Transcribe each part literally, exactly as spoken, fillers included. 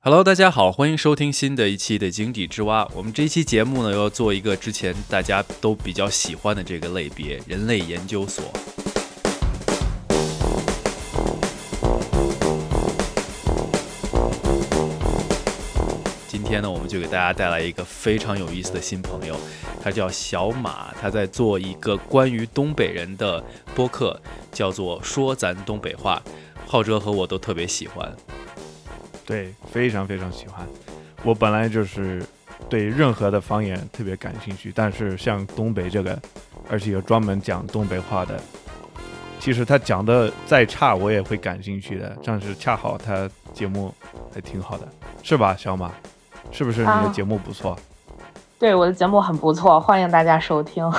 Hello， 大家好，欢迎收听新的一期的井底之蛙。我们这一期节目呢，要做一个之前大家都比较喜欢的这个类别——人类研究所。今天呢，我们就给大家带来一个非常有意思的新朋友，他叫小马，他在做一个关于东北人的播客，叫做《说咱东北话》。浩哲和我都特别喜欢。 对，非常非常喜欢。我本来就是对任何的方言特别感兴趣，但是像东北这个，而且有专门讲东北话的，其实他讲的再差我也会感兴趣的，但是恰好他节目还挺好的，是吧，小马？是不是你的节目不错？啊、 对，我的节目很不错，欢迎大家收听。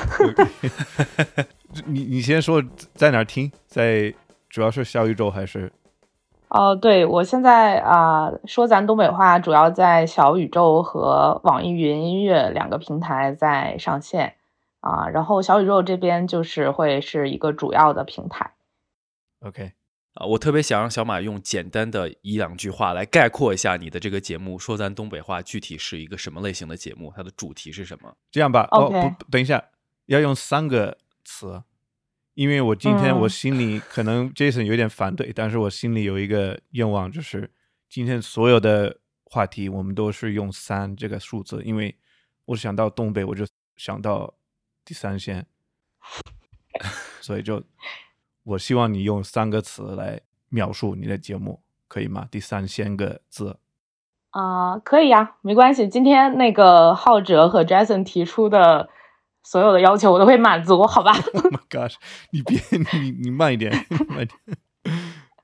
你你先说在哪儿听？在主要是小宇宙还是？ 哦，对，我现在啊、呃、说咱东北话，主要在小宇宙和网易云音乐两个平台在上线啊、呃，然后小宇宙这边就是会是一个主要的平台。 OK， 啊，我特别想让小马用简单的一两句话来概括一下你的这个节目，说咱东北话具体是一个什么类型的节目，它的主题是什么？ 这样吧， okay. 哦，不，等一下，要用三个词。因为我今天我心里、嗯、可能 Jason 有点反对，但是我心里有一个愿望，就是今天所有的话题我们都是用三这个数字，因为我想到东北我就想到第三线，所以就我希望你用三个词来描述你的节目，可以吗？第三千个字啊、呃，可以呀、啊，没关系。今天那个浩哲和 Jason 提出的所有的要求我都会满足，好吧？ Oh my gosh， 你别你你慢一点，慢一点。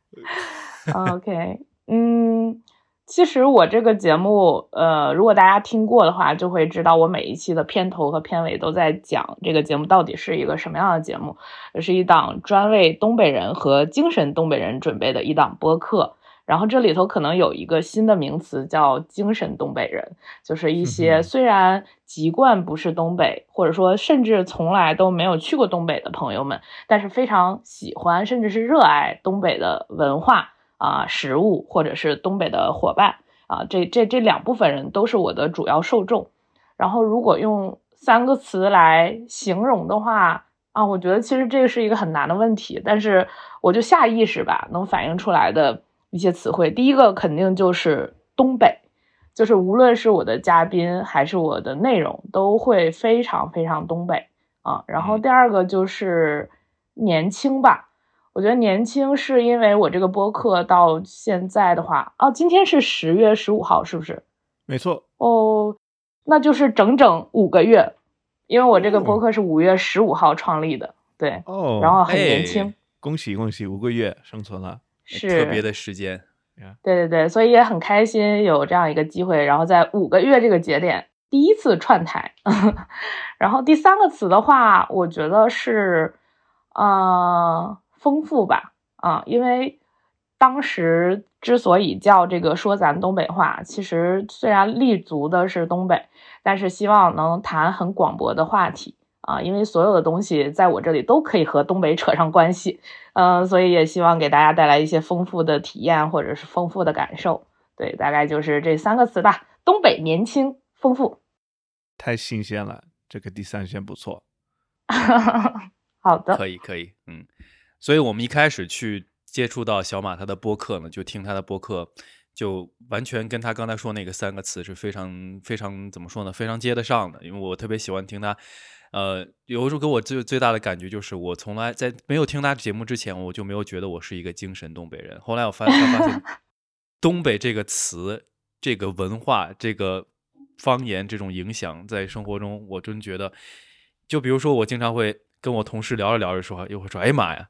OK， 嗯，其实我这个节目，呃，如果大家听过的话，就会知道我每一期的片头和片尾都在讲这个节目到底是一个什么样的节目。这是一档专为东北人和精神东北人准备的一档播客。然后这里头可能有一个新的名词叫精神东北人，就是一些虽然籍贯不是东北，或者说甚至从来都没有去过东北的朋友们，但是非常喜欢甚至是热爱东北的文化啊、呃、食物，或者是东北的伙伴啊、呃、这这这两部分人都是我的主要受众。然后如果用三个词来形容的话啊，我觉得其实这个是一个很难的问题，但是我就下意识吧能反映出来的一些词汇，第一个肯定就是东北，就是无论是我的嘉宾还是我的内容都会非常非常东北啊。然后第二个就是年轻吧，我觉得年轻是因为我这个播客到现在的话，哦，今天是十月十五号，是不是？ 没错。 哦，那就是整整五个月，因为我这个播客是五月十五号创立的，对， 哦， 然后很年轻， 恭喜恭喜，五个月生存了。 是特别的时间， 对对对，所以也很开心有这样一个机会，然后在五个月这个节点第一次串台。然后第三个词的话，我觉得是呃丰富吧，啊、呃，因为当时之所以叫这个说咱东北话，其实虽然立足的是东北，但是希望能谈很广博的话题。啊，因为所有的东西在我这里都可以和东北扯上关系，嗯、呃，所以也希望给大家带来一些丰富的体验或者是丰富的感受。对，大概就是这三个词吧：东北、年轻、丰富。 太新鲜了，这个第三线不错。 好的， 可以可以，嗯，所以我们一开始去接触到小马他的播客呢，就听他的播客，就完全跟他刚才说那个三个词是非常非常怎么说呢，非常接得上的，因为我特别喜欢听他。呃，有时候给我最最大的感觉就是，我从来在没有听他节目之前，我就没有觉得我是一个精神东北人。后来我发现，发现东北这个词、这个文化、这个方言这种影响，在生活中，我真觉得，就比如说，我经常会跟我同事聊着聊着说，又会说：“哎妈呀！”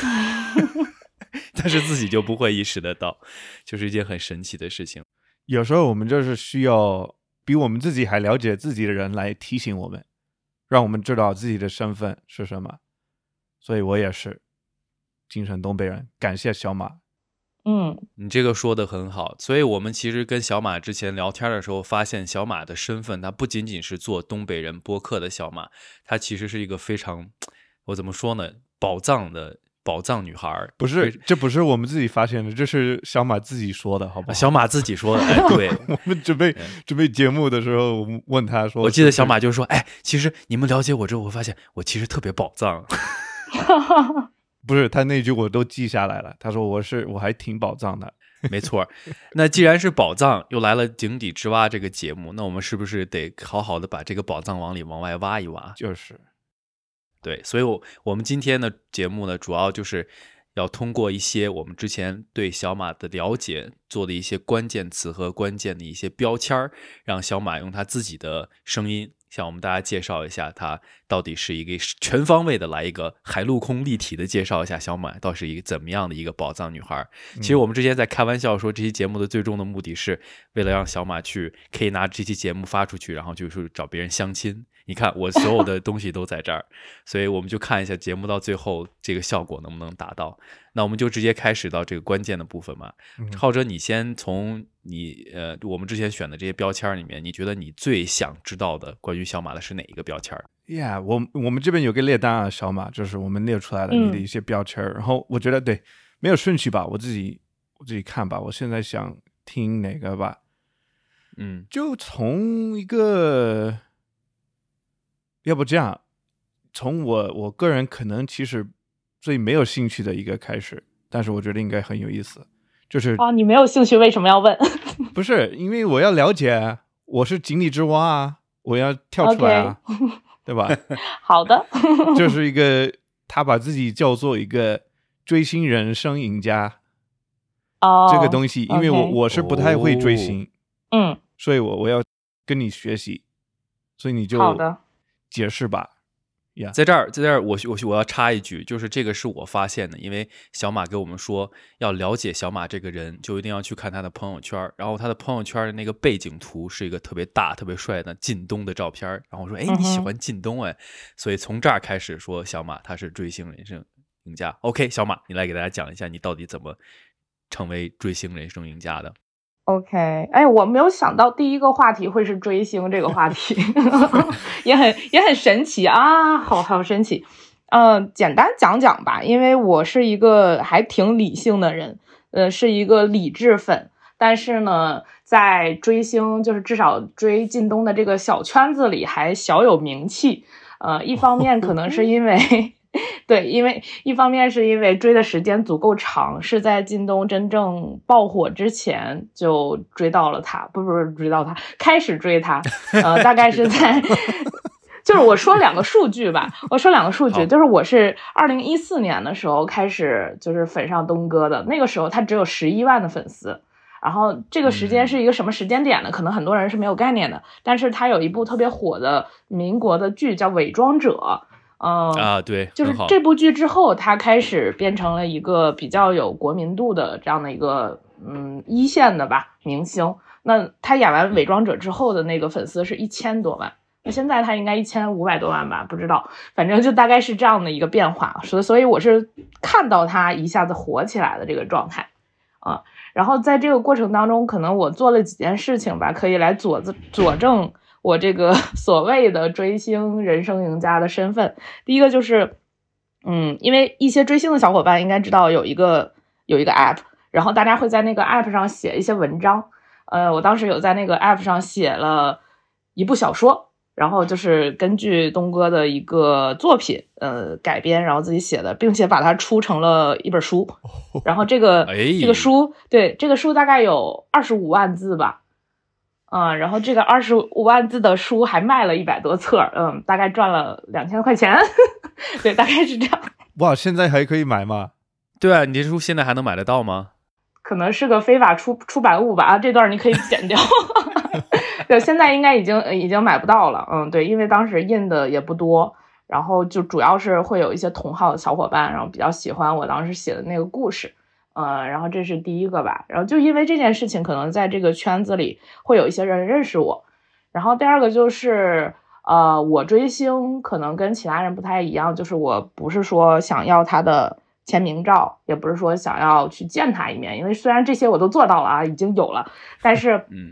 但是自己就不会意识得到，就是一件很神奇的事情。 有时候我们就是需要比我们自己还了解自己的人来提醒我们。让我们知道自己的身份是什么，所以我也是精神东北人。感谢小马。 嗯， 你这个说的很好。所以我们其实跟小马之前聊天的时候，发现小马的身份，他不仅仅是做东北人播客的小马，他其实是一个非常，我怎么说呢，宝藏的宝藏女孩。 不是，这不是我们自己发现的，这是小马自己说的，好不好？ 小马自己说的。哎，对， 我们准备准备节目的时候，我们问他说， 我记得小马就说：“哎，其实你们了解我之后，我发现我其实特别宝藏。” 不是，他那句我都记下来了。他说我是我还挺宝藏的。 没错，那既然是宝藏，又来了井底之蛙这个节目，那我们是不是得好好的把这个宝藏往里往外挖一挖？ 就是， 对，所以我我们今天的节目呢，主要就是要通过一些我们之前对小马的了解做的一些关键词和关键的一些标签，让小马用他自己的声音向我们大家介绍一下，他到底是一个全方位的来一个海陆空立体的介绍一下小马到底是一个怎么样的一个宝藏女孩。其实我们之前在开玩笑说，这期节目的最终的目的是为了让小马去可以拿这期节目发出去，然后就是找别人相亲。你看我所有的东西都在这儿，所以我们就看一下节目到最后这个效果能不能达到。那我们就直接开始到这个关键的部分嘛。浩哲，你先从你呃我们之前选的这些标签里面，你觉得你最想知道的关于小马的是哪一个标签？ 呀、yeah, 我我们这边有个列单啊，小马就是我们列出来的你的一些标签、嗯、然后我觉得对没有顺序吧，我自己我自己看吧，我现在想听哪个吧。 嗯， 就从一个，要不这样，从我我个人可能其实最没有兴趣的一个开始，但是我觉得应该很有意思，就是啊，你没有兴趣为什么要问？ 不是因为我要了解，我是井底之蛙啊，我要跳出来啊。Okay. 对吧？ 好的， 就是一个他把自己叫做一个追星人生赢家哦， oh, 这个东西，因为我、okay. 我是不太会追星， 嗯， 所以我我要跟你学习，所以你就好的解释吧。Yeah. 在这儿，在这儿，我我我要插一句，就是这个是我发现的，因为小马给我们说，要了解小马这个人，就一定要去看他的朋友圈，然后他的朋友圈的那个背景图是一个特别大、特别帅的靳东的照片，然后我说，哎，你喜欢靳东哎，所以从这儿开始说小马他是追星人生赢家。OK， 小马，你来给大家讲一下你到底怎么成为追星人生赢家的。 OK， 哎，我没有想到第一个话题会是追星这个话题，也很也很神奇啊，好好神奇。呃，简单讲讲吧，因为我是一个还挺理性的人，呃，是一个理智粉，但是呢，在追星，就是至少追靳东的这个小圈子里还小有名气。呃，一方面可能是因为。对，因为一方面是因为追的时间足够长，是在靳东真正爆火之前就追到了他，不不是追到他，开始追他，呃，大概是在，就是我说两个数据吧，我说两个数据，就是我是二零一四年的时候开始就是粉上东哥的，那个时候他只有十一万的粉丝，然后这个时间是一个什么时间点呢？嗯、可能很多人是没有概念的，但是他有一部特别火的民国的剧叫《伪装者》。嗯啊，对， 就是这部剧之后，他开始变成了一个比较有国民度的这样的一个嗯一线的吧明星。那他演完《伪装者》之后的那个粉丝是一千多万，那现在他应该一千五百多万吧，不知道，反正就大概是这样的一个变化。所所以我是看到他一下子火起来的这个状态啊。然后在这个过程当中，可能我做了几件事情吧，可以来佐佐证。我这个所谓的追星人生赢家的身份，第一个就是，嗯，因为一些追星的小伙伴应该知道有一个有一个 app， 然后大家会在那个 app 上写一些文章，呃，我当时有在那个 app 上写了一部小说，然后就是根据东哥的一个作品，呃，改编，然后自己写的，并且把它出成了一本书，然后这个、 哎、 这个书，对，这个书大概有二十五万字吧。嗯，然后这个二十五万字的书还卖了一百多册，嗯，大概赚了两千块钱，对，大概是这样。 哇，现在还可以买吗？ 对啊，你这书现在还能买得到吗？ 可能是个非法出出版物吧，啊，这段你可以剪掉。对，现在应该已经已经买不到了，嗯，对，因为当时印的也不多，然后就主要是会有一些同好的小伙伴，然后比较喜欢我当时写的那个故事。呃，然后这是第一个吧，然后就因为这件事情，可能在这个圈子里会有一些人认识我。然后第二个就是，呃，我追星可能跟其他人不太一样，就是我不是说想要他的签名照，也不是说想要去见他一面，因为虽然这些我都做到了啊，已经有了，但是， 嗯，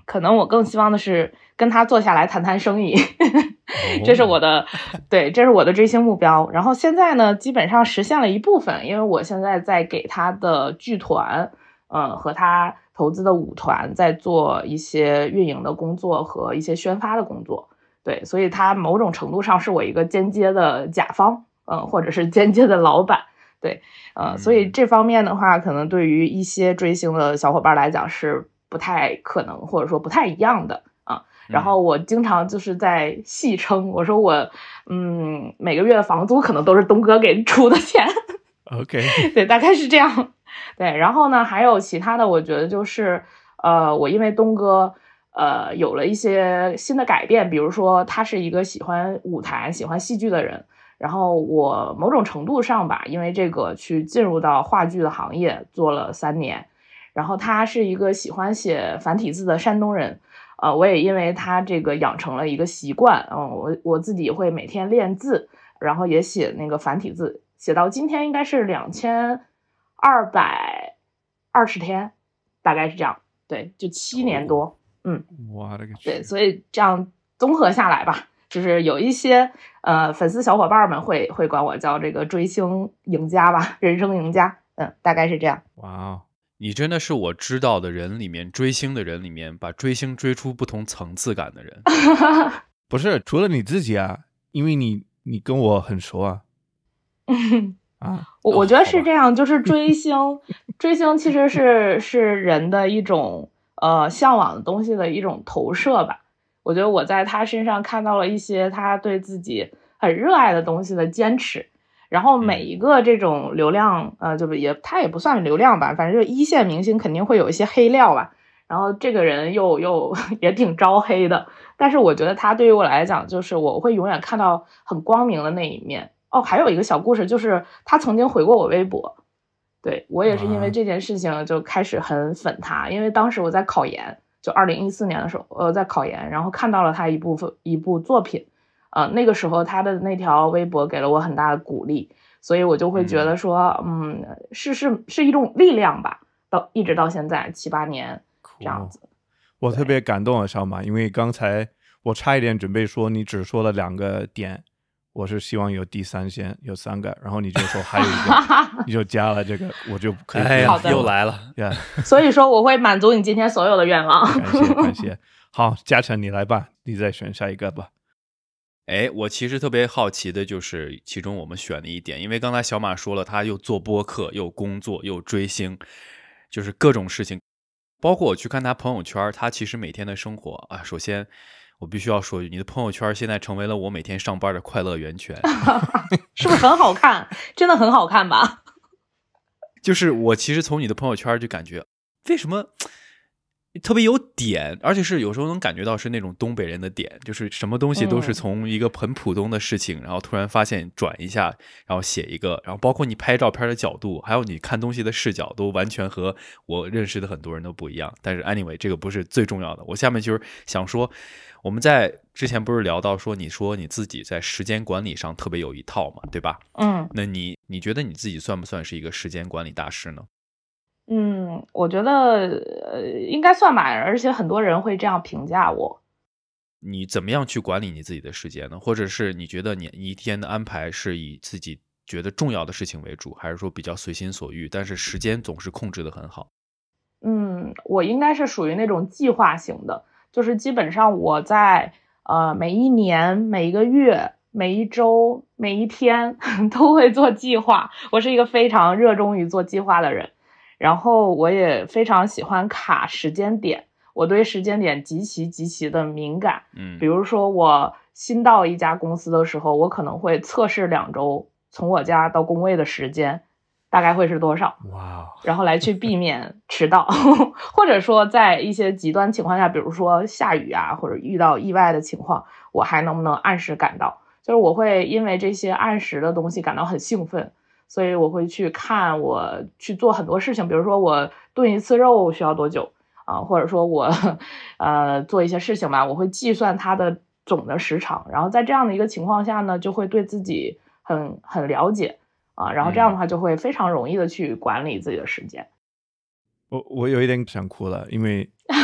可能我更希望的是跟他坐下来谈谈生意，这是我的，对，这是我的追星目标。然后现在呢，基本上实现了一部分，因为我现在在给他的剧团，嗯，和他投资的舞团在做一些运营的工作和一些宣发的工作。对，所以他某种程度上是我一个间接的甲方，嗯，或者是间接的老板。对，呃，所以这方面的话，可能对于一些追星的小伙伴来讲是不太可能，或者说不太一样的啊。然后我经常就是在戏称，我说我，嗯，每个月的房租可能都是东哥给出的钱。 OK， 对，大概是这样。对，然后呢，还有其他的，我觉得就是，呃，我因为东哥，呃，有了一些新的改变，比如说他是一个喜欢舞台、喜欢戏剧的人。然后我某种程度上吧，因为这个去进入到话剧的行业做了三年，然后他是一个喜欢写繁体字的山东人，呃，我也因为他这个养成了一个习惯，嗯，我我自己会每天练字，然后也写那个繁体字，写到今天应该是两千二百二十天，大概是这样，对，就七年多，嗯， 哇，这个对，所以这样综合下来吧。就是有一些呃粉丝小伙伴们会会管我叫这个追星赢家吧，人生赢家，嗯，大概是这样。 哇哦， 你真的是我知道的人里面追星的人里面把追星追出不同层次感的人。 不是，除了你自己啊，因为你你跟我很熟啊。 啊，我我觉得是这样，就是追星，追星其实是是人的一种呃向往的东西的一种投射吧。我觉得我在他身上看到了一些他对自己很热爱的东西的坚持，然后每一个这种流量，呃，就也他也不算流量吧，反正就一线明星肯定会有一些黑料吧，然后这个人又又也挺招黑的，但是我觉得他对于我来讲，就是我会永远看到很光明的那一面。哦，还有一个小故事，就是他曾经回过我微博，对，我也是因为这件事情就开始很粉他，因为当时我在考研。就二零一四年的时候，呃，在考研，然后看到了他一部分一部作品，呃，那个时候他的那条微博给了我很大的鼓励，所以我就会觉得说，嗯，嗯是是是一种力量吧，到一直到现在七八年这样子。 我特别感动啊，小马，因为刚才我差一点准备说你只说了两个点，我是希望有第三线有三个，然后你就说还有一个，你就加了这个，我就可以。 哎呀，又来了， yeah. 所以说我会满足你今天所有的愿望。 感谢感谢。好，嘉诚你来吧，你再选下一个吧。 哎，我其实特别好奇的就是其中我们选的一点，因为刚才小马说了，他又做播客，又工作，又追星，就是各种事情。包括我去看他朋友圈，他其实每天的生活啊，首先我必须要说一句，你的朋友圈现在成为了我每天上班的快乐源泉。 是不是很好看？真的很好看吧？ 就是我其实从你的朋友圈就感觉，为什么特别有点，而且是有时候能感觉到是那种东北人的点，就是什么东西都是从一个很普通的事情，嗯、然后突然发现转一下，然后写一个，然后包括你拍照片的角度，还有你看东西的视角，都完全和我认识的很多人都不一样。但是 anyway 这个不是最重要的，我下面就是想说，我们在之前不是聊到说，你说你自己在时间管理上特别有一套嘛，对吧？ 嗯， 那你你觉得你自己算不算是一个时间管理大师呢？ 嗯，我觉得呃应该算吧，而且很多人会这样评价我。 你怎么样去管理你自己的时间呢？或者是你觉得你一天的安排是以自己觉得重要的事情为主，还是说比较随心所欲，但是时间总是控制得很好？ 嗯，我应该是属于那种计划型的，就是基本上我在呃每一年、每一个月、每一周、每一天都会做计划。我是一个非常热衷于做计划的人。然后我也非常喜欢卡时间点，我对时间点极其极其的敏感。 嗯， 比如说我新到一家公司的时候，我可能会测试两周从我家到工位的时间大概会是多少， 哇， 然后来去避免迟到。或者说在一些极端情况下，比如说下雨啊，或者遇到意外的情况，我还能不能按时赶到，就是我会因为这些按时的东西感到很兴奋。所以我会去看，我去做很多事情，比如说我炖一次肉需要多久啊，或者说我呃做一些事情吧，我会计算它的总的时长，然后在这样的一个情况下呢，就会对自己很很了解啊，然后这样的话就会非常容易的去管理自己的时间。 我我有一点想哭了，因为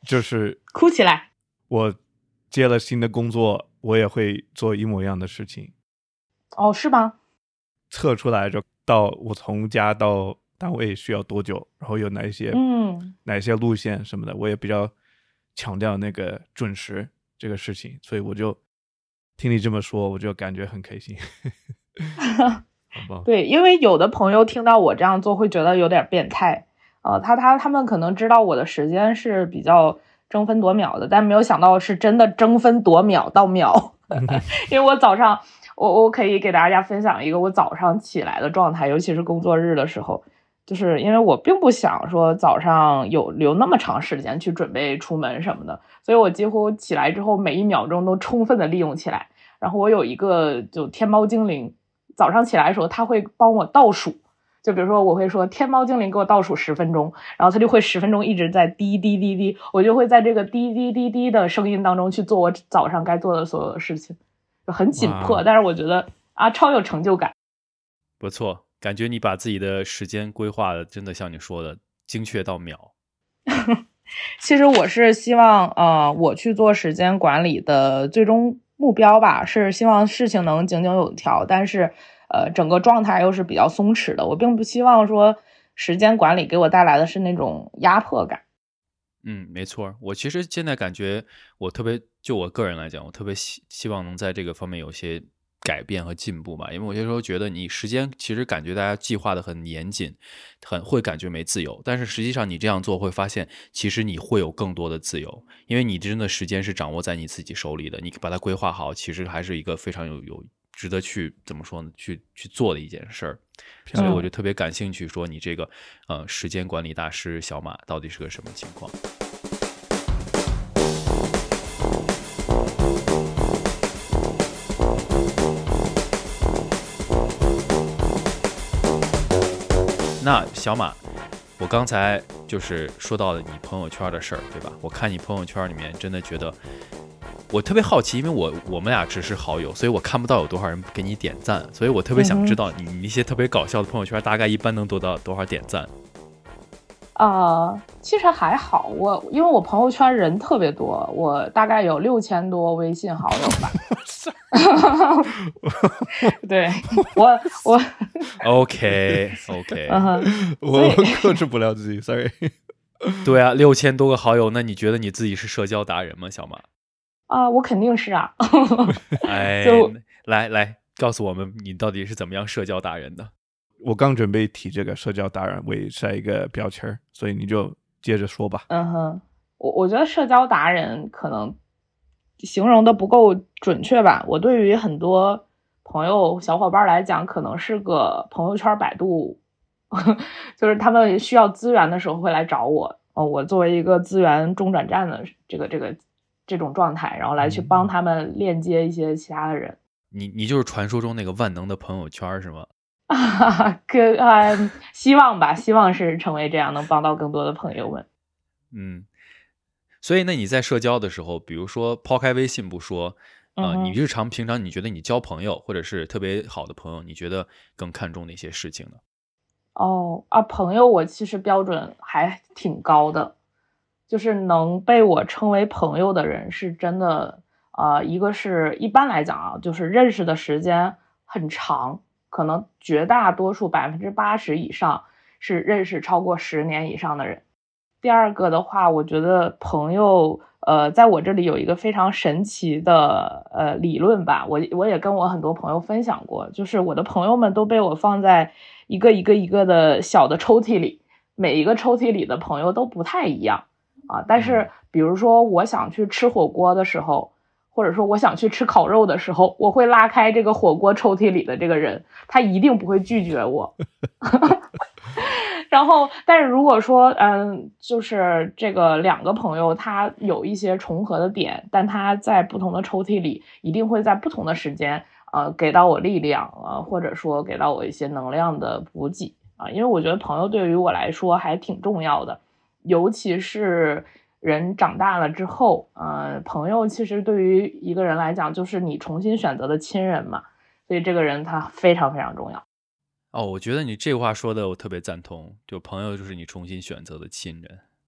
就是哭起来。 我接了新的工作，我也会做一模一样的事情。 哦，是吗？ 测出来就到我从家到单位需要多久，然后有哪一些嗯哪一些路线什么的，我也比较强调那个准时这个事情，所以我就听你这么说，我就感觉很开心。 对，因为有的朋友听到我这样做会觉得有点变态，呃，他他他们可能知道我的时间是比较争分夺秒的，但没有想到是真的争分夺秒到秒。因为我早上，我我可以给大家分享一个我早上起来的状态，尤其是工作日的时候，就是因为我并不想说早上有留那么长时间去准备出门什么的，所以我几乎起来之后每一秒钟都充分的利用起来。然后我有一个就天猫精灵，早上起来的时候他会帮我倒数，就比如说我会说天猫精灵给我倒数十分钟，然后他就会十分钟一直在滴滴滴滴，我就会在这个滴滴滴滴的声音当中去做我早上该做的所有的事情，就很紧迫，但是我觉得啊超有成就感。 不错，感觉你把自己的时间规划的真的像你说的精确到秒。 其实我是希望呃我去做时间管理的最终目标吧，是希望事情能井井有条，但是呃整个状态又是比较松弛的。我并不希望说时间管理给我带来的是那种压迫感。 嗯，没错。我其实现在感觉我特别，就我个人来讲，我特别希希望能在这个方面有些改变和进步吧。因为我有时候觉得你时间其实感觉大家计划的很严谨，很会感觉没自由，但是实际上你这样做会发现，其实你会有更多的自由，因为你真的时间是掌握在你自己手里的，你把它规划好，其实还是一个非常有有值得去怎么说呢？去去做的一件事儿。所以我就特别感兴趣，说你这个呃时间管理大师小马到底是个什么情况？那小马，我刚才就是说到了你朋友圈的事儿，对吧？我看你朋友圈里面真的觉得，我特别好奇，因为我我们俩只是好友，所以我看不到有多少人给你点赞，所以我特别想知道你你那些特别搞笑的朋友圈大概一般能得到多少点赞？ 呃，其实还好，我因为我朋友圈人特别多，我大概有六千多微信好友吧。对我我 OK OK，、 uh-huh, 我克制不了自己 ，sorry。 对啊，六千多个好友，那你觉得你自己是社交达人吗，小马？ 啊、uh, 我肯定是啊。 哎，来来，告诉我们你到底是怎么样社交达人的？ 我刚准备提这个社交达人，我也是一个标签，所以你就接着说吧。 嗯哼，我我觉得社交达人可能形容的不够准确吧。我对于很多朋友小伙伴来讲，可能是个朋友圈百度，就是他们需要资源的时候会来找我。哦，我作为一个资源中转站的这个这个这种状态，然后来去帮他们链接一些其他的人。 你你就是传说中那个万能的朋友圈是吗？ 啊，跟啊，希望吧，希望是成为这样，能帮到更多的朋友们。 嗯，所以那你在社交的时候，比如说抛开微信不说，呃， 嗯、 你日常平常你觉得你交朋友或者是特别好的朋友，你觉得更看重哪些事情呢？ 哦啊，朋友，我其实标准还挺高的，就是能被我称为朋友的人，是真的，呃，一个是一般来讲啊，就是认识的时间很长。可能绝大多数百分之八十以上是认识超过十年以上的人。第二个的话，我觉得朋友，呃，在我这里有一个非常神奇的呃理论吧，我我也跟我很多朋友分享过，就是我的朋友们都被我放在一个一个一个的小的抽屉里，每一个抽屉里的朋友都不太一样啊。但是比如说我想去吃火锅的时候，或者说我想去吃烤肉的时候，我会拉开这个火锅抽屉里的这个人，他一定不会拒绝我。然后，但是如果说，嗯，就是这个两个朋友他有一些重合的点，但他在不同的抽屉里，一定会在不同的时间，呃，给到我力量，呃，或者说给到我一些能量的补给啊，因为我觉得朋友对于我来说还挺重要的，尤其是人长大了之后，呃，朋友其实对于一个人来讲，就是你重新选择的亲人嘛，所以这个人他非常非常重要。 哦，我觉得你这话说的我特别赞同，就朋友就是你重新选择的亲人。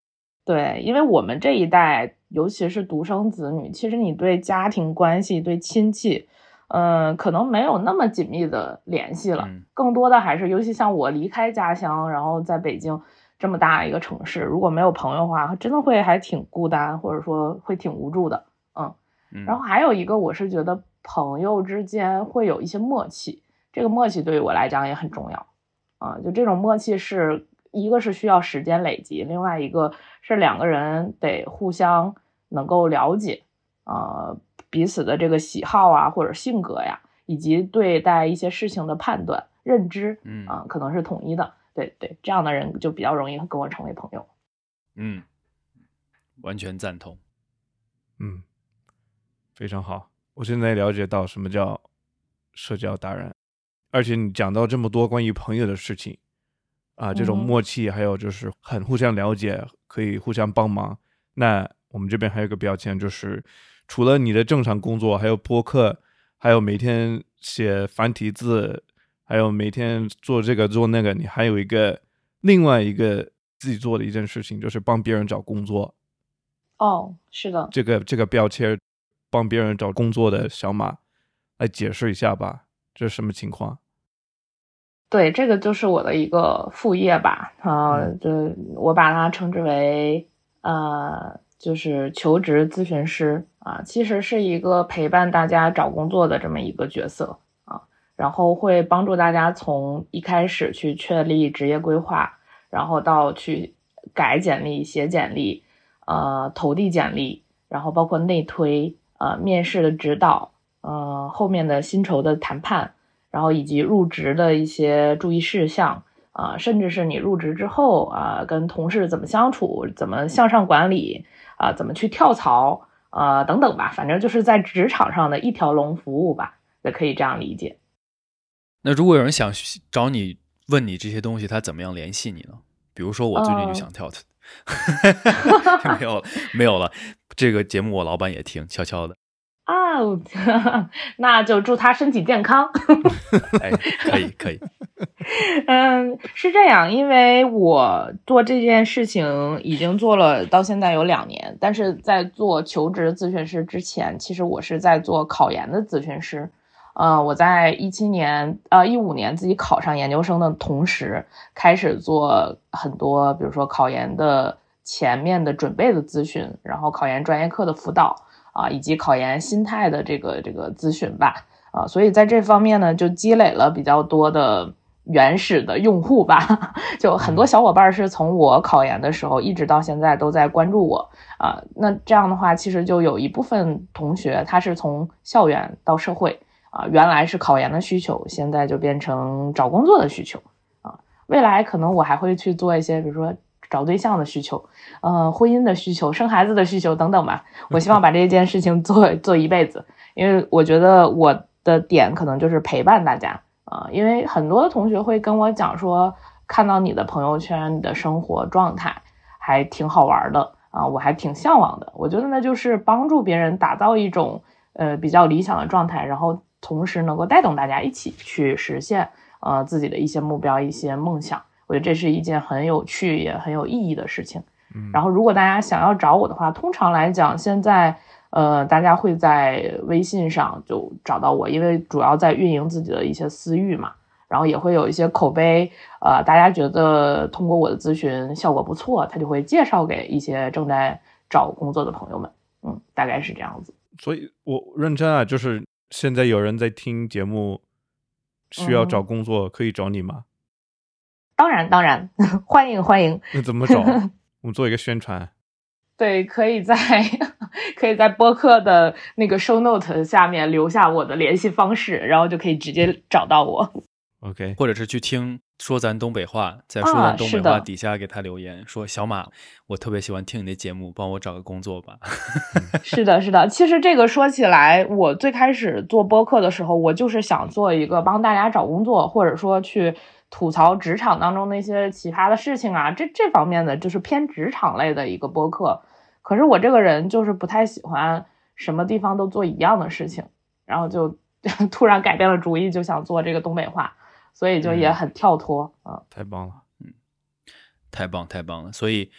对，因为我们这一代，尤其是独生子女，其实你对家庭关系、对亲戚，嗯、呃，可能没有那么紧密的联系了， 嗯、 更多的还是，尤其像我离开家乡，然后在北京这么大一个城市，如果没有朋友的话，真的会还挺孤单，或者说会挺无助的，嗯。 嗯然后还有一个，我是觉得朋友之间会有一些默契，这个默契对于我来讲也很重要啊。就这种默契是一个是需要时间累积，另外一个是两个人得互相能够了解啊，彼此的这个喜好啊或者性格呀，以及对待一些事情的判断认知啊，可能是统一的。对对，这样的人就比较容易跟我成为朋友。 嗯，完全赞同。 嗯。非常好，我现在了解到什么叫社交达人，而且你讲到这么多关于朋友的事情啊，这种默契，还有就是很互相了解，可以互相帮忙。那我们这边还有一个标签，就是除了你的正常工作，还有播客，还有每天写繁体字，还有每天做这个做那个，你还有一个另外一个自己做的一件事情，就是帮别人找工作。 哦，是的， 这个这个标签。帮别人找工作的小马来解释一下吧，这是什么情况？ 对，这个就是我的一个副业吧，啊、呃，就我把它称之为呃，就是求职咨询师啊，其实是一个陪伴大家找工作的这么一个角色啊，然后会帮助大家从一开始去确立职业规划，然后到去改简历、写简历，呃，投递简历，然后包括内推。呃，面试的指导，呃，后面的薪酬的谈判，然后以及入职的一些注意事项，啊、呃，甚至是你入职之后啊、呃，跟同事怎么相处，怎么向上管理，啊、呃，怎么去跳槽，啊、呃，等等吧，反正就是在职场上的一条龙服务吧，也可以这样理解。 那如果有人想找你问你这些东西，他怎么样联系你呢？比如说我最近就想跳槽。呃、没有了，没有了。这个节目我老板也听，悄悄的啊，那就祝他身体健康。 哎，可以可以。 嗯，是这样，因为我做这件事情已经做了到现在有两年，但是在做求职咨询师之前，其实我是在做考研的咨询师。呃，我在一七年呃一五年自己考上研究生的同时，开始做很多，比如说考研的前面的准备的咨询，然后考研专业课的辅导啊，以及考研心态的这个这个咨询吧啊，所以在这方面呢，就积累了比较多的原始的用户吧，就很多小伙伴是从我考研的时候一直到现在都在关注我啊，那这样的话，其实就有一部分同学他是从校园到社会。啊，原来是考研的需求，现在就变成找工作的需求啊。未来可能我还会去做一些，比如说找对象的需求，呃，婚姻的需求，生孩子的需求等等吧。我希望把这件事情做做一辈子，因为我觉得我的点可能就是陪伴大家啊。因为很多同学会跟我讲说，看到你的朋友圈、你的生活状态还挺好玩的啊，我还挺向往的。我觉得那就是帮助别人打造一种呃比较理想的状态，然后。同时能够带动大家一起去实现呃自己的一些目标、一些梦想，我觉得这是一件很有趣也很有意义的事情。嗯，然后如果大家想要找我的话，通常来讲，现在呃大家会在微信上就找到我，因为主要在运营自己的一些私域嘛，然后也会有一些口碑，呃，大家觉得通过我的咨询效果不错，他就会介绍给一些正在找工作的朋友们。嗯，大概是这样子。 所以我认真啊，就是现在有人在听节目，需要找工作，嗯、可以找你吗？ 当然，当然，欢迎欢迎。 那怎么找？我们做一个宣传。 对，可以在可以在播客的那个 show note 下面留下我的联系方式，然后就可以直接找到我。 OK， 或者是去听说咱东北话，在说咱东北话底下给他留言、啊、说小马，我特别喜欢听你的节目，帮我找个工作吧。 是的，是的。其实这个说起来，我最开始做播客的时候，我就是想做一个帮大家找工作，或者说去吐槽职场当中那些奇葩的事情啊，这这方面的就是偏职场类的一个播客。可是我这个人就是不太喜欢什么地方都做一样的事情，然后就突然改变了主意，就想做这个东北话。所以就也很跳脱啊、嗯， 太棒了， 嗯，太棒太棒了。所以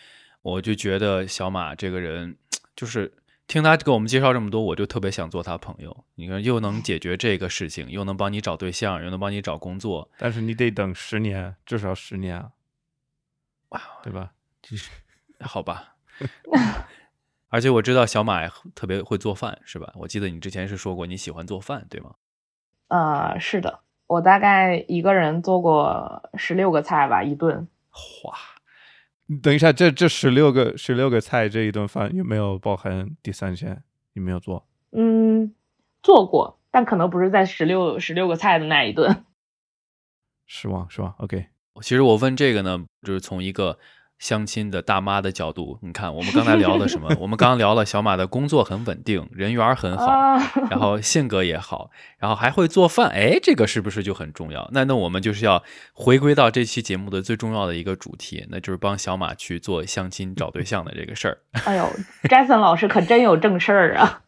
我就觉得小马这个人，就是听他给我们介绍这么多，我就特别想做他朋友。你看，又能解决这个事情，又能帮你找对象，又能帮你找工作， 但是你得等十年，至少十年啊， 哇， 对吧？ 好吧。而且我知道小马也特别会做饭，是吧？我记得你之前是说过你喜欢做饭，对吗？ 呃，是的，我大概一个人做过十六个菜吧，一顿。 哇， 等一下，这这十六个十六个菜这一顿饭有没有包含地三鲜？你没有做？ 嗯，做过，但可能不是在十六十六个菜的那一顿。 失望是吧 ？OK， 其实我问这个呢，就是从一个相亲的大妈的角度，你看我们刚才聊了什么？我们刚刚聊了小马的工作很稳定，人缘很好， 啊、 然后性格也好，然后还会做饭，哎，这个是不是就很重要？那那我们就是要回归到这期节目的最重要的一个主题，那就是帮小马去做相亲找对象的这个事儿。 哎呦 ，Jason 老师可真有正事儿啊！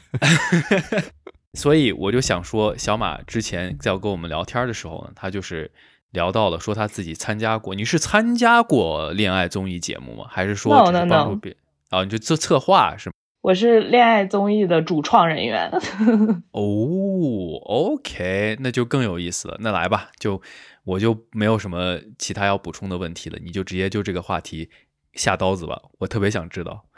所以我就想说，小马之前在跟我们聊天的时候呢，他就是聊到了说他自己参加过，你是参加过恋爱综艺节目吗？还是说只是帮助别人？ no, no, no. 啊，你就做策划是吗？ 我是恋爱综艺的主创人员。 哦 ，OK， 那就更有意思了。那来吧，就我就没有什么其他要补充的问题了，你就直接就这个话题下刀子吧，我特别想知道。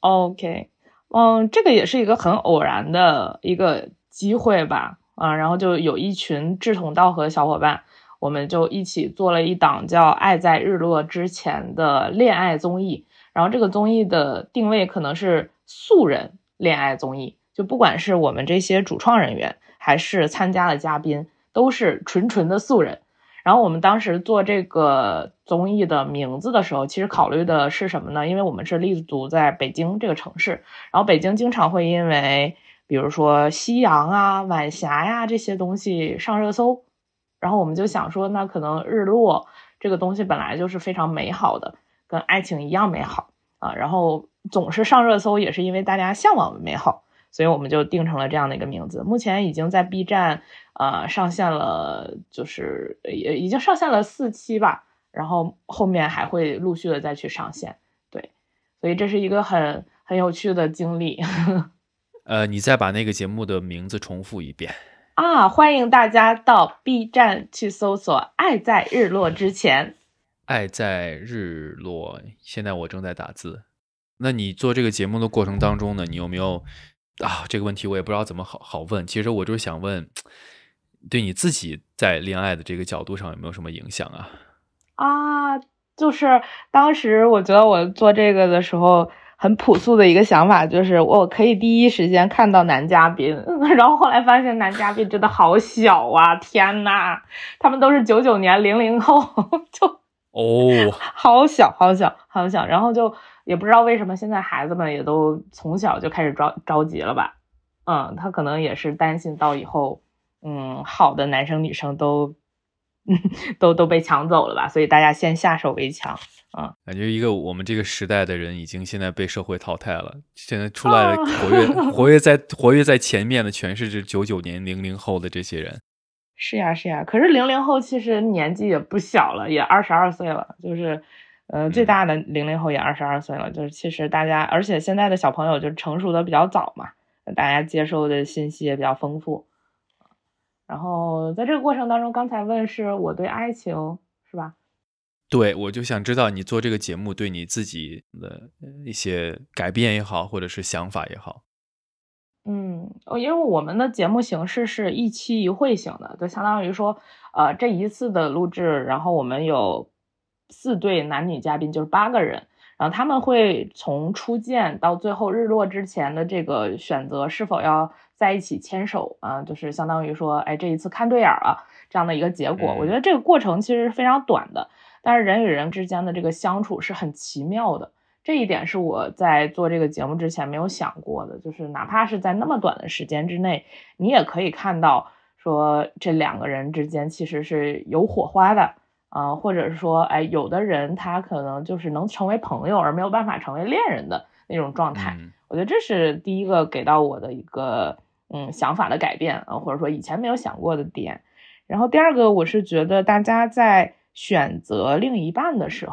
OK， 嗯，这个也是一个很偶然的一个机会吧，啊，然后就有一群志同道合的小伙伴，我们就一起做了一档叫《爱在日落之前》的恋爱综艺。然后这个综艺的定位可能是素人恋爱综艺，就不管是我们这些主创人员还是参加的嘉宾，都是纯纯的素人。然后我们当时做这个综艺的名字的时候，其实考虑的是什么呢？因为我们是立足在北京这个城市，然后北京经常会因为比如说夕阳啊、晚霞呀这些东西上热搜，然后我们就想说，那可能日落这个东西本来就是非常美好的，跟爱情一样美好啊，然后总是上热搜也是因为大家向往美好，所以我们就定成了这样的一个名字。目前已经在 B 站呃上线了，就是也已经上线了四期吧，然后后面还会陆续的再去上线。对，所以这是一个很很有趣的经历。 呃，你再把那个节目的名字重复一遍啊！欢迎大家到 B 站去搜索《爱在日落之前》。 爱在日落，现在我正在打字。那你做这个节目的过程当中呢，你有没有啊？这个问题我也不知道怎么好好问。其实我就想问，对你自己在恋爱的这个角度上有没有什么影响啊？ 啊，就是当时我觉得我做这个的时候，很朴素的一个想法就是我可以第一时间看到男嘉宾，然后后来发现男嘉宾真的好小啊！天哪，他们都是九九年零零后，就。 哦， 好小好小好小，然后就也不知道为什么现在孩子们也都从小就开始着着急了吧。嗯，他可能也是担心到以后嗯好的男生女生都都都被抢走了吧，所以大家先下手为强。嗯， 感觉一个我们这个时代的人已经现在被社会淘汰了，现在出来活跃、啊、活跃在活跃在前面的全是这九九年零零后的这些人。 是呀是呀，可是零零后其实年纪也不小了，也二十二岁了，就是呃最大的零零后也二十二岁了，就是其实大家，而且现在的小朋友就成熟的比较早嘛，大家接受的信息也比较丰富。然后在这个过程当中，刚才问是我对爱情是吧？ 对，我就想知道你做这个节目对你自己的一些改变也好，或者是想法也好。 嗯，因为我们的节目形式是一期一会型的，就相当于说，呃，这一次的录制，然后我们有四对男女嘉宾，就是八个人，然后他们会从初见到最后日落之前的这个选择是否要在一起牵手啊、呃，就是相当于说，哎，这一次看对眼了这样的一个结果。我觉得这个过程其实是非常短的，但是人与人之间的这个相处是很奇妙的。这一点是我在做这个节目之前没有想过的，就是哪怕是在那么短的时间之内，你也可以看到说这两个人之间其实是有火花的啊、呃，或者是说，哎，有的人他可能就是能成为朋友而没有办法成为恋人的那种状态。 嗯、 我觉得这是第一个给到我的一个嗯想法的改变啊、呃，或者说以前没有想过的点。然后第二个，我是觉得大家在选择另一半的时候，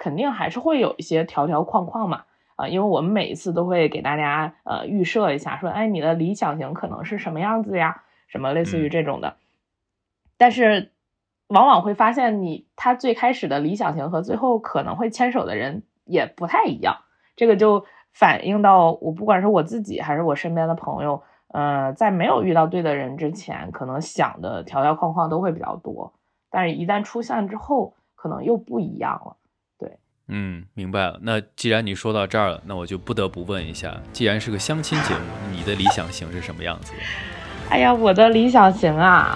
肯定还是会有一些条条框框嘛，啊、呃，因为我们每一次都会给大家呃预设一下，说，哎，你的理想型可能是什么样子呀，什么类似于这种的，嗯、但是往往会发现你他最开始的理想型和最后可能会牵手的人也不太一样，这个就反映到我不管是我自己还是我身边的朋友，呃，在没有遇到对的人之前，可能想的条条框框都会比较多，但是一旦出现之后，可能又不一样了。对， 嗯，明白了。那既然你说到这儿了，那我就不得不问一下，既然是个相亲节目，你的理想型是什么样子的？ 哎呀，我的理想型啊，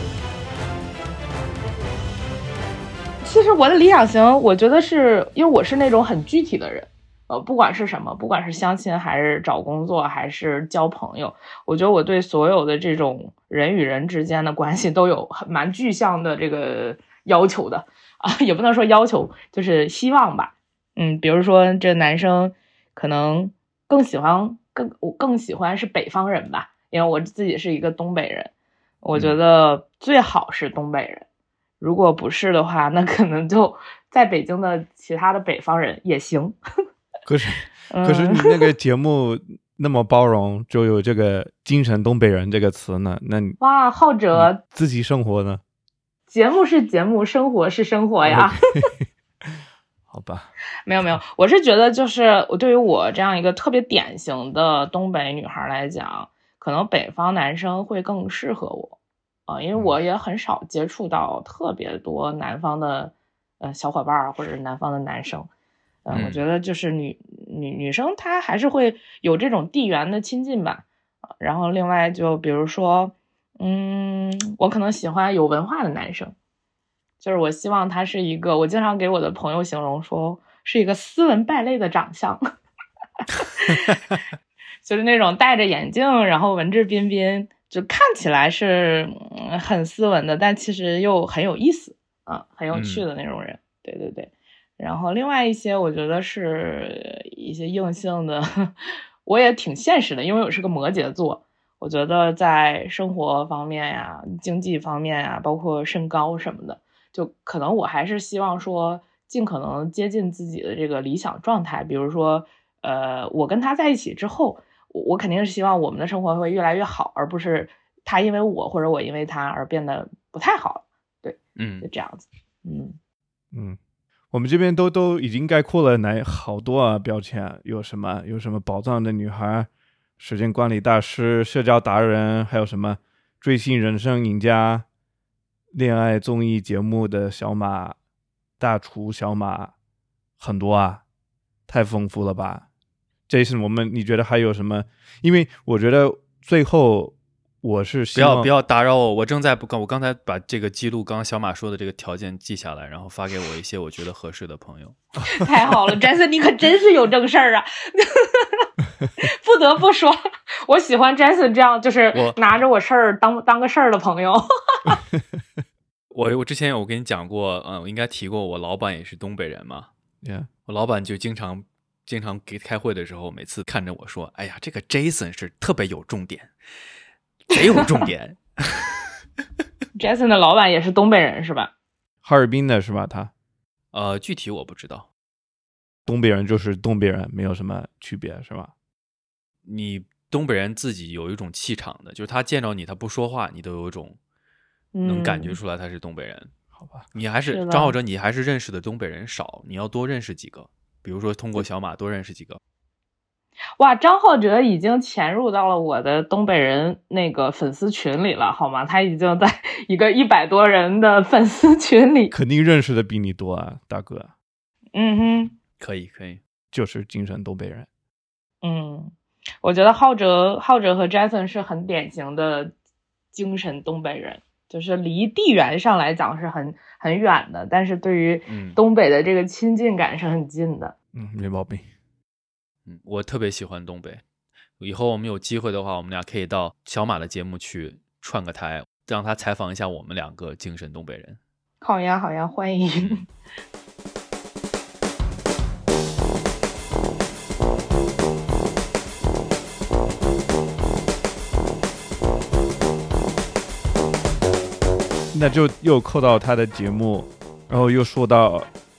其实我的理想型，我觉得是因为我是那种很具体的人。呃，不管是什么，不管是相亲还是找工作还是交朋友，我觉得我对所有的这种人与人之间的关系都有很蛮具象的这个要求的啊，也不能说要求，就是希望吧。嗯，比如说这男生可能更喜欢更我更喜欢是北方人吧，因为我自己是一个东北人，我觉得最好是东北人。嗯，如果不是的话，那可能就在北京的其他的北方人也行。 可是，可是你那个节目那么包容，就有这个“京城东北人”这个词呢？那你哇，浩哲自己生活呢？ 节目是节目，生活是生活呀。 Okay. 好吧， 没有没有，我是觉得就是我对于我这样一个特别典型的东北女孩来讲，可能北方男生会更适合我啊、呃，因为我也很少接触到特别多南方的呃小伙伴或者是南方的男生。嗯，我觉得就是女女女生她还是会有这种地缘的亲近吧，然后另外就比如说，嗯，我可能喜欢有文化的男生，就是我希望他是一个，我经常给我的朋友形容说是一个斯文败类的长相，就是那种戴着眼镜，然后文质彬彬，就看起来是、嗯、很斯文的，但其实又很有意思啊，很有趣的那种人，嗯、对对对。然后另外一些我觉得是一些硬性的，我也挺现实的，因为我是个摩羯座，我觉得在生活方面呀、经济方面呀，包括身高什么的，就可能我还是希望说尽可能接近自己的这个理想状态。比如说呃，我跟他在一起之后，我我肯定是希望我们的生活会越来越好，而不是他因为我或者我因为他而变得不太好。对， 嗯， 就这样子。嗯嗯，我们这边都都已经概括了哪好多啊标签，有什么有什么宝藏的女孩、时间管理大师、社交达人，还有什么追星人生赢家、恋爱综艺节目的小马、大厨小马，很多啊，太丰富了吧。Jason， 我们你觉得还有什么？因为我觉得最后我是希望不要不要打扰我，我正在不刚我刚才把这个记录刚刚小马说的这个条件记下来，然后发给我一些我觉得合适的朋友。 太好了，Jason，你可真是有正事儿啊！不得不说，我喜欢 Jason 这样就是拿着我事儿当当个事儿的朋友。 我我之前我跟你讲过，嗯，我应该提过，我老板也是东北人嘛。 Yeah. 我老板就经常经常给开会的时候，每次看着我说：“哎呀，这个 Jason 是特别有重点。”贼有重点。 Jason 的老板也是东北人是吧？ 哈尔滨的是吧？他呃，具体我不知道。 东北人就是东北人，没有什么区别是吧？ 你东北人自己有一种气场的，就是他见着你，他不说话，你都有一种能感觉出来他是东北人。 嗯、好吧， 你还是张浩哲，你还是认识的东北人少，你要多认识几个，比如说通过小马多认识几个。 哇，张浩哲已经潜入到了我的东北人那个粉丝群里了，好吗？他已经在一个一百多人的粉丝群里， 肯定认识的比你多啊，大哥。 嗯哼， 可以可以， 就是精神东北人。 嗯，我觉得浩哲、浩哲和 Jason 是很典型的精神东北人，就是离地缘上来讲是很很远的，但是对于东北的这个亲近感是很近的。 嗯，没毛病。 嗯，我特别喜欢东北。以后我们有机会的话，我们俩可以到小马的节目去串个台，让他采访一下我们两个精神东北人。 好呀，好呀，欢迎。 那就又扣到他的节目，然后又说到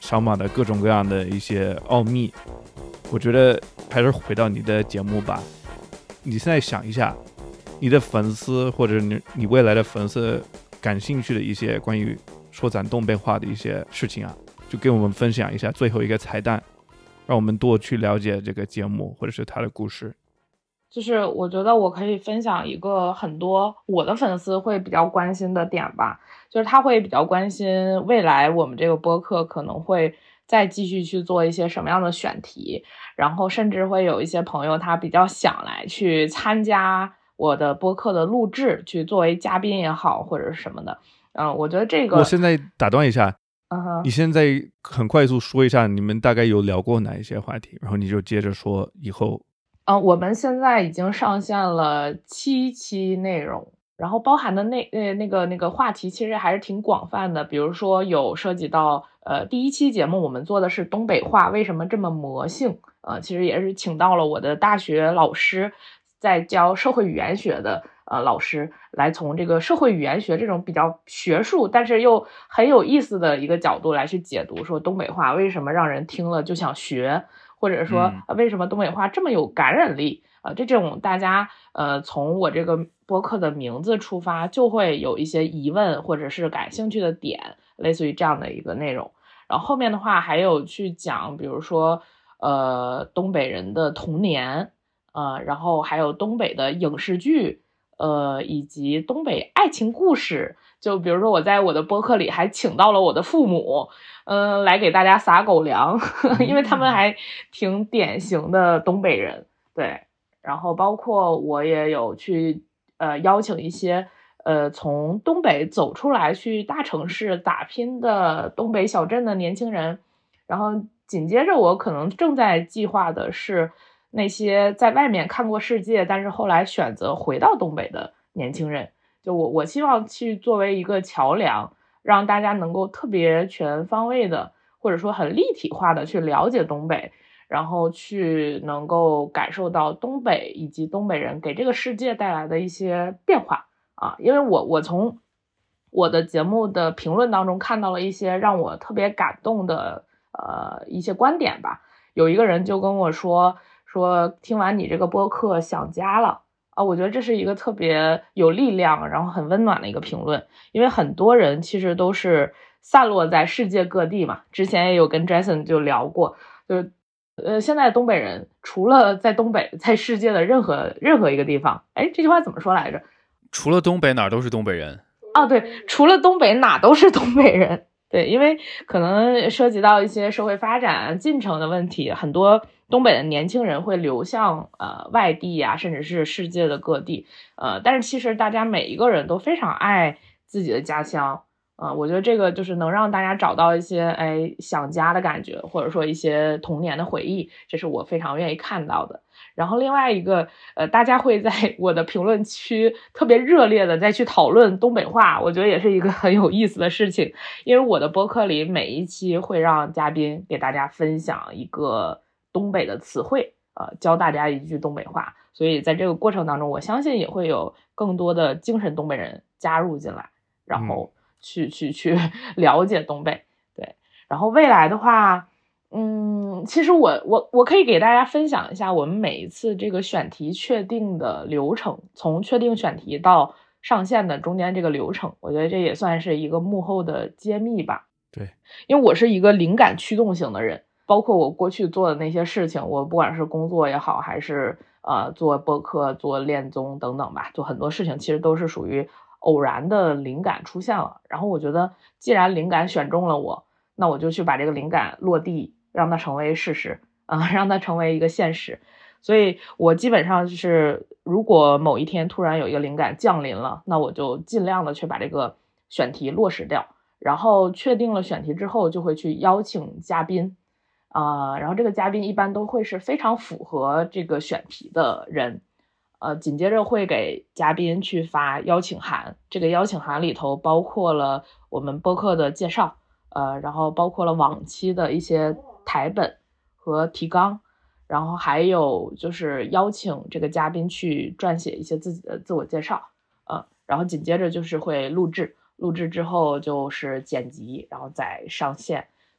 小马的各种各样的一些奥秘。我觉得还是回到你的节目吧。你现在想一下，你的粉丝或者 你, 你未来的粉丝感兴趣的一些关于说咱东北话的一些事情啊，就给我们分享一下最后一个彩蛋，让我们多去了解这个节目或者是他的故事。 就是我觉得我可以分享一个很多我的粉丝会比较关心的点吧，就是他会比较关心未来我们这个播客可能会再继续去做一些什么样的选题，然后甚至会有一些朋友他比较想来去参加我的播客的录制，去作为嘉宾也好或者是什么的。嗯，我觉得这个我现在打断一下， 嗯哼， 你现在很快速说一下你们大概有聊过哪一些话题，然后你就接着说以后。 嗯，我们现在已经上线了七期内容，然后包含的那呃那个那个话题其实还是挺广泛的，比如说有涉及到呃第一期节目我们做的是东北话为什么这么魔性，呃其实也是请到了我的大学老师，在教社会语言学的呃老师来从这个社会语言学这种比较学术但是又很有意思的一个角度来去解读，说东北话为什么让人听了就想学，或者说为什么东北话这么有感染力啊、呃？这种大家呃从我这个播客的名字出发就会有一些疑问或者是感兴趣的点，类似于这样的一个内容。然后后面的话还有去讲比如说呃东北人的童年，呃然后还有东北的影视剧，呃以及东北爱情故事。就比如说我在我的播客里还请到了我的父母嗯、呃，来给大家撒狗粮因为他们还挺典型的东北人。对，然后包括我也有去呃邀请一些呃从东北走出来去大城市打拼的东北小镇的年轻人，然后紧接着我可能正在计划的是那些在外面看过世界但是后来选择回到东北的年轻人。就我我希望去作为一个桥梁，让大家能够特别全方位的或者说很立体化的去了解东北，然后去能够感受到东北以及东北人给这个世界带来的一些变化啊。因为我我从我的节目的评论当中看到了一些让我特别感动的呃一些观点吧。有一个人就跟我说说听完你这个播客想家了啊，我觉得这是一个特别有力量然后很温暖的一个评论。因为很多人其实都是散落在世界各地嘛，之前也有跟 Jason 就聊过，就是呃，现在东北人除了在东北，在世界的任何任何一个地方，哎，这句话怎么说来着？ 除了东北哪儿都是东北人。 哦，对，除了东北哪都是东北人。对，因为可能涉及到一些社会发展进程的问题，很多东北的年轻人会流向呃外地啊，甚至是世界的各地。呃，但是其实大家每一个人都非常爱自己的家乡。呃，我觉得这个就是能让大家找到一些哎想家的感觉，或者说一些童年的回忆，这是我非常愿意看到的。然后另外一个呃，大家会在我的评论区特别热烈的再去讨论东北话，我觉得也是一个很有意思的事情。因为我的播客里每一期会让嘉宾给大家分享一个东北的词汇，呃，教大家一句东北话，所以在这个过程当中我相信也会有更多的精神东北人加入进来，然后去、嗯、去去了解东北。对，然后未来的话嗯，其实我我我可以给大家分享一下我们每一次这个选题确定的流程，从确定选题到上线的中间这个流程，我觉得这也算是一个幕后的揭秘吧。 对， 因为我是一个灵感驱动型的人，包括我过去做的那些事情，我不管是工作也好，还是呃做播客、做恋综等等吧，做很多事情其实都是属于偶然的灵感出现了。然后我觉得既然灵感选中了我，那我就去把这个灵感落地，让它成为事实啊、呃，让它成为一个现实。所以我基本上就是如果某一天突然有一个灵感降临了，那我就尽量的去把这个选题落实掉，然后确定了选题之后就会去邀请嘉宾啊、呃，然后这个嘉宾一般都会是非常符合这个选题的人，呃，紧接着会给嘉宾去发邀请函，这个邀请函里头包括了我们播客的介绍，呃，然后包括了往期的一些台本和提纲，然后还有就是邀请这个嘉宾去撰写一些自己的自我介绍，呃，然后紧接着就是会录制，录制之后就是剪辑，然后再上线。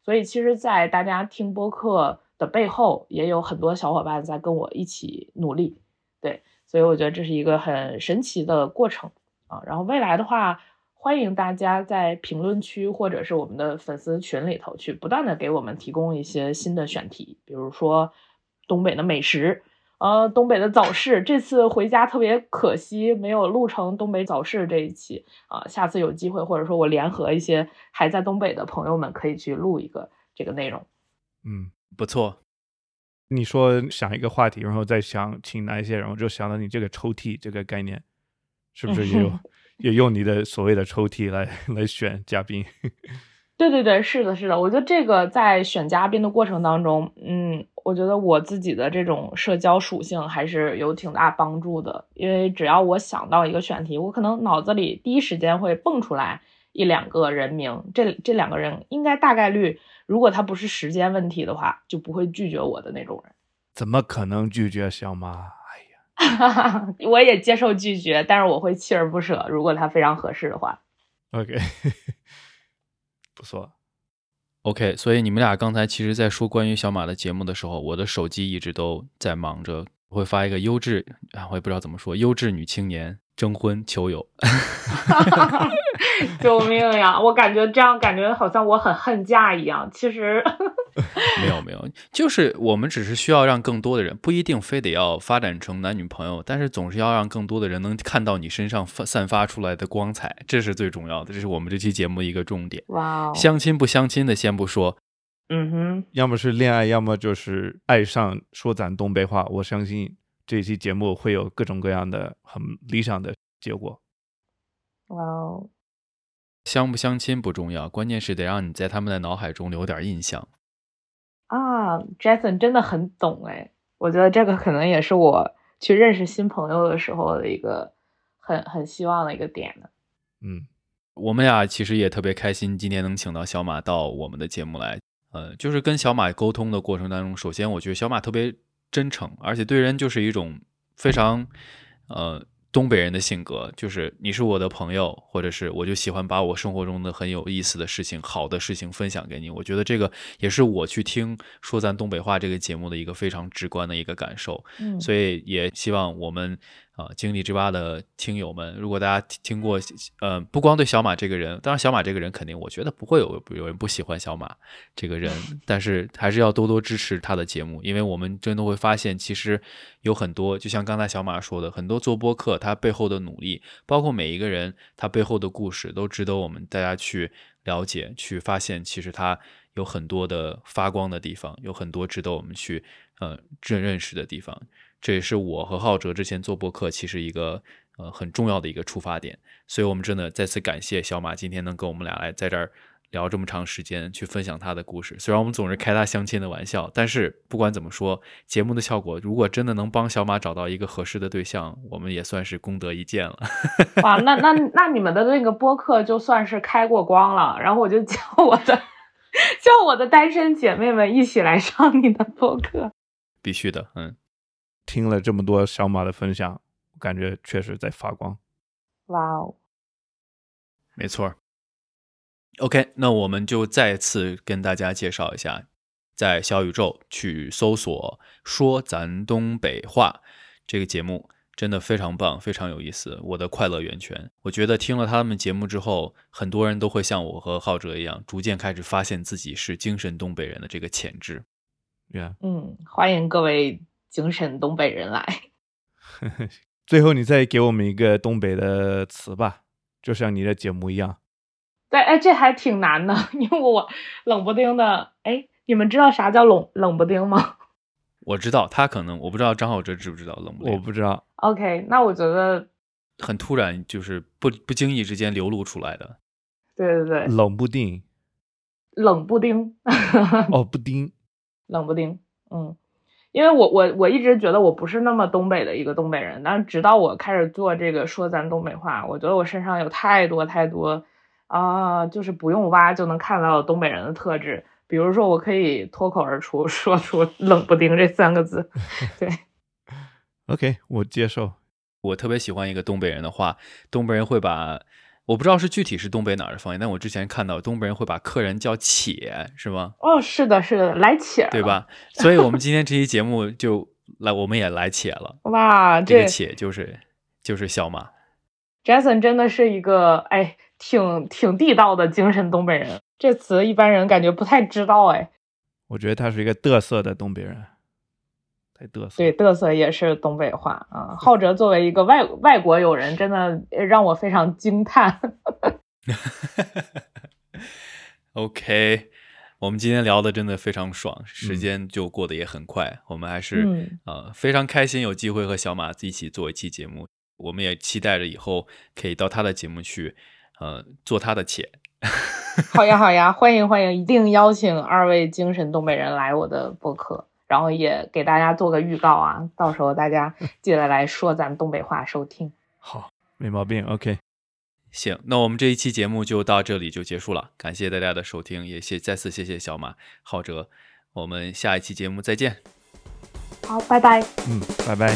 所以其实在大家听播客的背后也有很多小伙伴在跟我一起努力，对，所以我觉得这是一个很神奇的过程啊。然后未来的话，欢迎大家在评论区或者是我们的粉丝群里头去不断的给我们提供一些新的选题，比如说东北的美食，呃，东北的早市，这次回家特别可惜没有录成东北早市这一期啊、呃，下次有机会或者说我联合一些还在东北的朋友们可以去录一个这个内容。 嗯， 不错。 你说想一个话题，然后再想请哪一些人，我就想到你这个抽屉这个概念，是不是也有也用你的所谓的抽屉来来选嘉宾？ 对对对，是的，是的，我觉得这个在选嘉宾的过程当中，嗯，我觉得我自己的这种社交属性还是有挺大帮助的，因为只要我想到一个选题，我可能脑子里第一时间会蹦出来一两个人名，这这两个人应该大概率，如果他不是时间问题的话，就不会拒绝我的那种人。 怎么可能拒绝小马？ 哎呀，我也接受拒绝，但是我会锲而不舍，如果他非常合适的话。 OK。不错 ，OK， 所以你们俩刚才其实在说关于小马的节目的时候，我的手机一直都在忙着，会发一个优质啊，我也不知道怎么说，优质女青年征婚求友。 救命呀！我感觉这样感觉好像我很恨嫁一样，其实没有没有，就是我们只是需要让更多的人，不一定非得要发展成男女朋友，但是总是要让更多的人能看到你身上散发出来的光彩，这是最重要的，这是我们这期节目的一个重点。 哇、wow ， 相亲不相亲的先不说， 嗯哼， 要么是恋爱，要么就是爱上说咱东北话。我相信这期节目会有各种各样的很理想的结果。 哇哦， 相不相亲不重要，关键是得让你在他们的脑海中留点印象。 啊 ，Jason 真的很懂哎，我觉得这个可能也是我去认识新朋友的时候的一个很很希望的一个点呢。 嗯， 我们俩其实也特别开心，今天能请到小马到我们的节目来。呃，就是跟小马沟通的过程当中，首先我觉得小马特别真诚，而且对人就是一种非常呃东北人的性格，就是你是我的朋友，或者是我就喜欢把我生活中的很有意思的事情、好的事情分享给你。我觉得这个也是我去听说咱东北话这个节目的一个非常直观的一个感受。 嗯， 所以也希望我们啊、呃、经历之吧的听友们，如果大家听过呃不光对小马这个人，当然小马这个人肯定我觉得不会有有人不喜欢小马这个人，但是还是要多多支持他的节目，因为我们真的会发现其实有很多，就像刚才小马说的，很多做播客他背后的努力，包括每一个人他背后的故事，都值得我们大家去了解，去发现其实他有很多的发光的地方，有很多值得我们去呃认认识的地方。这也是我和浩哲之前做播客其实一个呃很重要的一个出发点，所以我们真的再次感谢小马今天能跟我们俩来在这儿聊这么长时间，去分享他的故事。虽然我们总是开他相亲的玩笑，但是不管怎么说，节目的效果如果真的能帮小马找到一个合适的对象，我们也算是功德一件了。 哇，那那那你们的那个播客就算是开过光了，然后我就叫我的叫我的单身姐妹们一起来上你的播客。 必须的，嗯。 听了这么多小马的分享，我感觉确实在发光。 哇哦， 没错。OK， 那我们就再次跟大家介绍一下，在小宇宙去搜索说咱东北话这个节目真的非常棒，非常有意思，我的快乐源泉。我觉得听了他们节目之后，很多人都会像我和浩哲一样，逐渐开始发现自己是精神东北人的这个潜质。 Yeah. 嗯，欢迎各位精神东北人来。 最后你再给我们一个东北的词吧，就像你的节目一样。 对，哎，这还挺难的，因为我冷不丁的，哎，你们知道啥叫冷冷不丁吗？ 我知道，他可能我不知道张浩哲知不知道冷不丁。 我不知道。 OK， 那我觉得很突然，就是不不经意之间流露出来的。 对对对， 冷不丁， 冷不丁。 哦，不丁， 冷不丁，嗯。因为我我我一直觉得我不是那么东北的一个东北人，但是直到我开始做这个说咱东北话，我觉得我身上有太多太多啊、呃，就是不用挖就能看到东北人的特质。比如说，我可以脱口而出说出“冷不丁”这三个字。对 ，OK， 我接受。 我特别喜欢一个东北人的话，东北人会把我不知道是具体是东北哪儿的方言，但我之前看到东北人会把客人叫且，是吗？ 哦，是的，是的，来且， 对吧？所以我们今天这期节目就来，我们也来且了。 哇， 这个且就是就是小马。 Jason 真的是一个哎，挺挺地道的精神东北人，这词一般人感觉不太知道哎。 我觉得他是一个嘚瑟的东北人，太嘚瑟。 对，嘚瑟也是东北话啊。浩哲作为一个外外国友人，真的让我非常惊叹。 OK， 我们今天聊的真的非常爽，时间就过得也很快。嗯、我们还是、嗯呃、非常开心有机会和小马一起做一期节目。我们也期待着以后可以到他的节目去，呃，做他的且。 好呀，好呀，欢迎欢迎，一定邀请二位精神东北人来我的播客，然后也给大家做个预告啊，到时候大家记得来说咱们东北话收听。 好，没毛病 ，OK。 行，那我们这一期节目就到这里就结束了，感谢大家的收听，也谢再次谢谢小马、浩哲，我们下一期节目再见。 好，拜拜。 嗯，拜拜。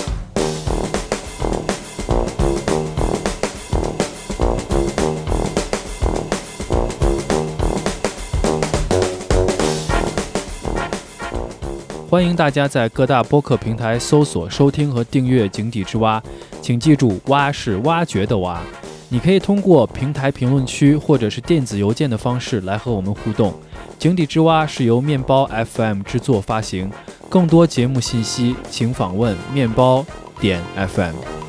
欢迎大家在各大播客平台搜索、收听和订阅井底之蛙，请记住，蛙是挖掘的蛙。你可以通过平台评论区或者是电子邮件的方式来和我们互动。井底之蛙是由面包 F M 制作发行，更多节目信息请访问面包点 F M。